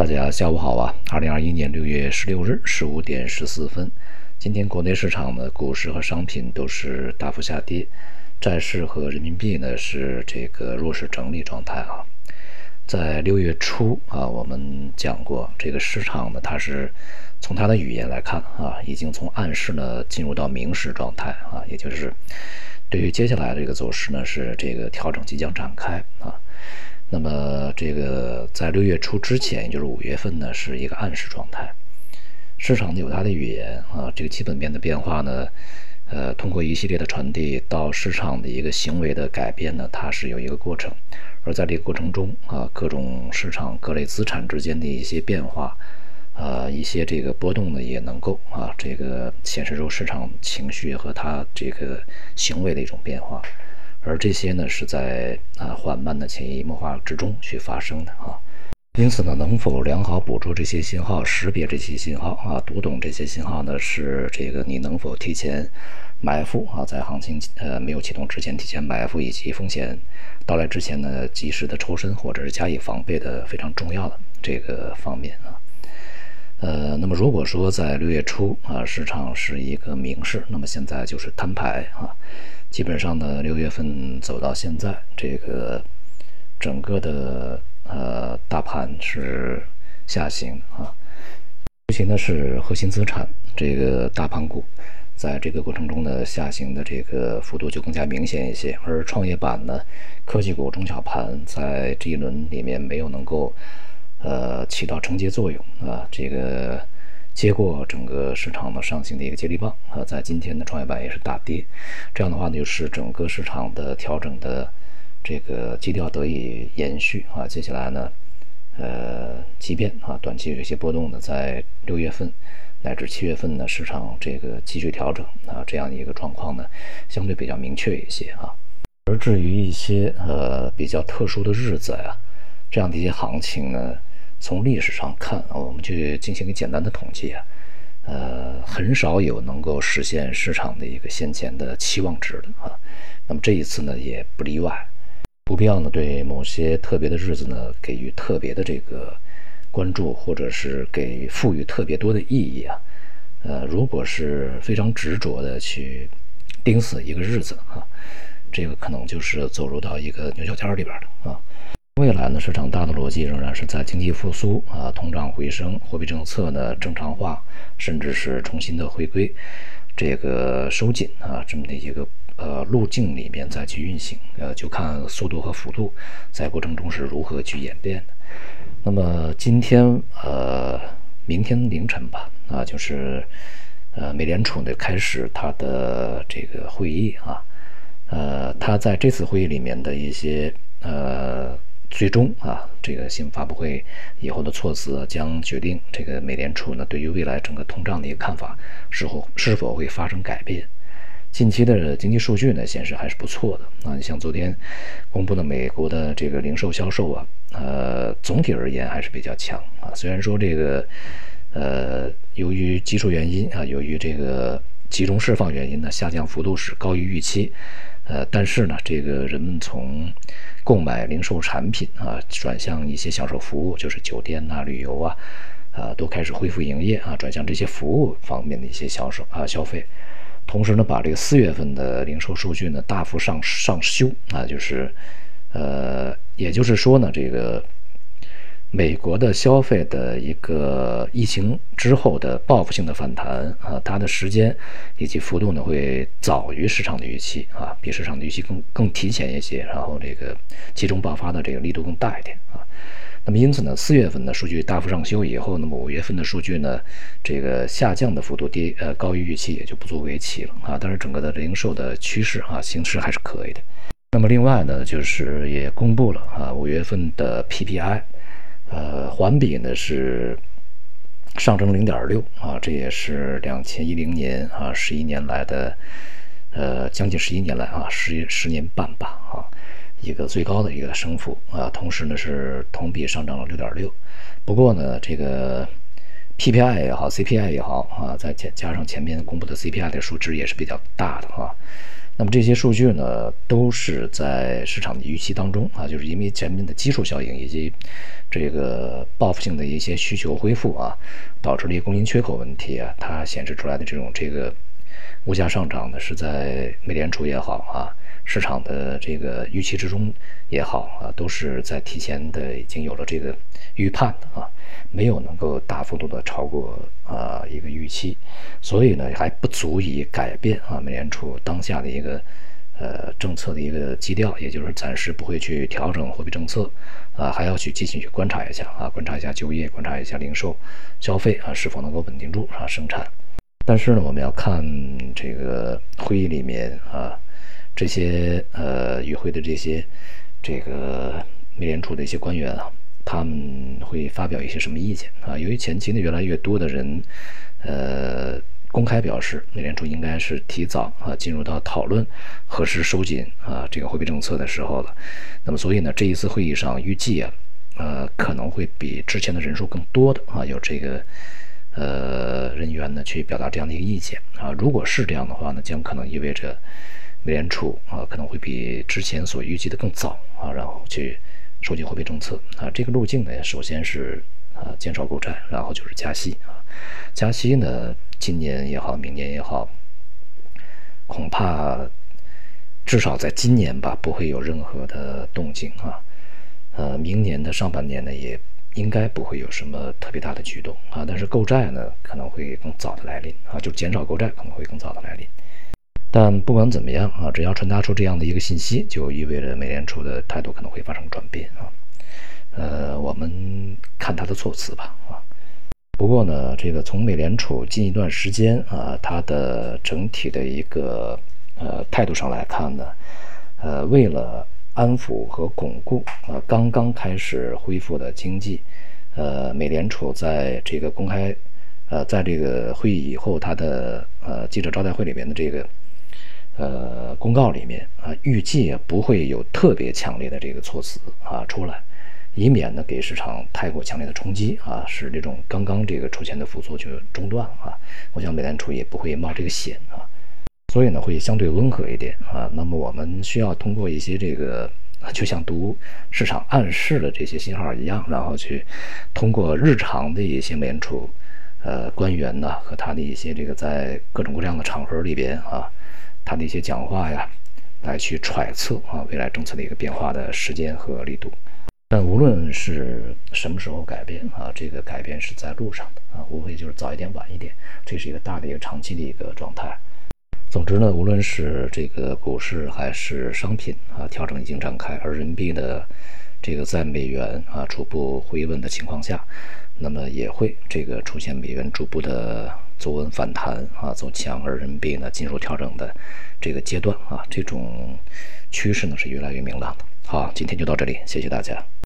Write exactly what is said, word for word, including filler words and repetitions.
大家下午好啊！二零二一年六月十六日十五点十四分，今天国内市场呢，股市和商品都是大幅下跌，债市和人民币呢是这个弱势整理状态啊。在六月初啊，我们讲过这个市场呢，它是从它的语言来看啊，已经从暗示呢进入到明示状态啊，也就是对于接下来这个走势呢，是这个调整即将展开啊。那么这个在六月初之前，也就是五月份呢，是一个暗示状态。市场有它的语言啊，这个基本面的变化呢，呃，通过一系列的传递到市场的一个行为的改变呢，它是有一个过程。而在这个过程中啊，各种市场各类资产之间的一些变化，呃，一些这个波动呢，也能够啊，这个显示出市场情绪和它这个行为的一种变化。而这些呢，是在啊缓慢的潜移默化之中去发生的啊，因此呢，能否良好捕捉这些信号，识别这些信号啊，读懂这些信号呢，是这个你能否提前埋伏啊，在行情呃没有启动之前提前埋伏，以及风险到来之前呢，及时的抽身或者是加以防备的非常重要的这个方面啊。呃，那么如果说在六月初啊，市场是一个明示，那么现在就是摊牌啊。基本上呢，六月份走到现在，这个整个的呃大盘是下行啊，尤其呢是核心资产这个大盘股，在这个过程中呢下行的这个幅度就更加明显一些，而创业板呢、科技股、中小盘在这一轮里面没有能够呃起到承接作用啊，这个。接过整个市场的上行的一个接力棒啊，在今天的创业板也是大跌，这样的话呢，就是整个市场的调整的这个基调得以延续啊。接下来呢，呃，即便啊短期有一些波动呢，在六月份乃至七月份呢，市场这个继续调整啊，这样的一个状况呢，相对比较明确一些啊。而至于一些呃比较特殊的日子呀，这样的一些行情呢。从历史上看啊，我们去进行一个简单的统计啊，呃，很少有能够实现市场的一个先前的期望值的啊。那么这一次呢，也不例外，不必要呢对某些特别的日子呢给予特别的这个关注，或者是给赋予特别多的意义啊。呃，如果是非常执着的去盯死一个日子啊，这个可能就是走入到一个牛角尖里边的啊。未来呢，市场大的逻辑仍然是在经济复苏啊，通胀回升，货币政策呢正常化，甚至是重新的回归这个收紧啊这么的一个呃路径里面再去运行，呃，就看速度和幅度在过程中是如何去演变的。那么今天呃，明天凌晨吧啊，就是呃美联储呢开始它的这个会议啊，呃，它在这次会议里面的一些呃。最终啊，这个新闻发布会以后的措辞将决定这个美联储呢对于未来整个通胀的一个看法是否是否会发生改变。近期的经济数据呢显示还是不错的啊，你像昨天公布的美国的这个零售销售啊，呃，总体而言还是比较强啊。虽然说这个呃由于基础原因啊，由于这个集中释放原因呢，下降幅度是高于预期。呃，但是呢，这个人们从购买零售产品啊，转向一些销售服务，就是酒店呐、旅游啊，啊，都开始恢复营业啊，转向这些服务方面的一些销售啊消费。同时呢，把这个四月份的零售数据呢大幅上上修啊，就是呃，也就是说呢，这个。美国的消费的一个疫情之后的报复性的反弹啊，它的时间以及幅度呢会早于市场的预期啊，比市场的预期更更提前一些，然后这个集中爆发的这个力度更大一点啊。那么因此呢，四月份的数据大幅上修以后，那么五月份的数据呢，这个下降的幅度低呃高于预期，也就不足为奇了啊。但是整个的零售的趋势啊，形势还是可以的。那么另外呢，就是也公布了啊，五月份的 P P I。呃，环比呢是上升零点六啊，这也是两千一零年啊十一年来的，呃，将近十一年来啊十十年半吧啊，一个最高的一个升幅啊，同时呢是同比上涨了六点六。不过呢，这个 P P I 也好 ，C P I 也好啊，再加加上前面公布的 C P I 的数值也是比较大的啊。 那么这些数据呢，都是在市场的预期当中啊，就是因为前面的基数效应以及这个报复性的一些需求恢复啊，导致了一个供应缺口问题啊，它显示出来的这种这个物价上涨呢，是在美联储也好啊，市场的这个预期之中也好啊，都是在提前的已经有了这个预判的啊，没有能够大幅度的超过啊一个预期，所以呢还不足以改变啊美联储当下的一个呃政策的一个基调，也就是暂时不会去调整货币政策啊，还要去继续去观察一下啊，观察一下就业，观察一下零售消费啊是否能够稳定住啊生产。但是呢，我们要看这个会议里面啊，这些呃与会的这些这个美联储的一些官员啊，他们会发表一些什么意见啊？由于前期呢越来越多的人呃公开表示，美联储应该是提早啊进入到讨论何时收紧啊这个货币政策的时候了。那么所以呢，这一次会议上预计啊，呃可能会比之前的人数更多的啊有这个。呃，人员呢去表达这样的一个意见啊，如果是这样的话呢，将可能意味着美联储啊可能会比之前所预计的更早啊，然后去收紧货币政策啊。这个路径呢，首先是啊减少购债，然后就是加息啊。加息呢，今年也好，明年也好，恐怕至少在今年吧，不会有任何的动静啊。呃，明年的上半年呢，也应该不会有什么特别大的举动啊，但是购债呢可能会更早的来临啊，就减少购债可能会更早的来临。但不管怎么样啊，只要传达出这样的一个信息，就意味着美联储的态度可能会发生转变啊。呃，我们看它的措辞吧啊。不过呢，这个从美联储近一段时间啊，它的整体的一个呃态度上来看呢，呃，为了安抚和巩固啊、呃，刚刚开始恢复的经济，呃，美联储在这个公开，呃，在这个会议以后，它的呃记者招待会里面的这个呃公告里面啊、呃，预计啊不会有特别强烈的这个措辞啊出来，以免呢给市场太过强烈的冲击啊，使这种刚刚这个出现的复苏就中断啊。我想美联储也不会冒这个险啊。所以呢，会相对温和一点啊。那么我们需要通过一些这个，就像读市场暗示的这些信号一样，然后去通过日常的一些美联储呃官员呢和他的一些这个在各种各样的场合里边啊，他的一些讲话呀，来去揣测啊未来政策的一个变化的时间和力度。但无论是什么时候改变啊，这个改变是在路上的啊，无非就是早一点晚一点，这是一个大的一个长期的一个状态。总之呢，无论是这个股市还是商品啊，调整已经展开，而人民币的这个在美元啊逐步回稳的情况下，那么也会这个出现美元逐步的走稳反弹啊走强，而人民币呢进入调整的这个阶段啊，这种趋势呢是越来越明朗的。好，今天就到这里，谢谢大家。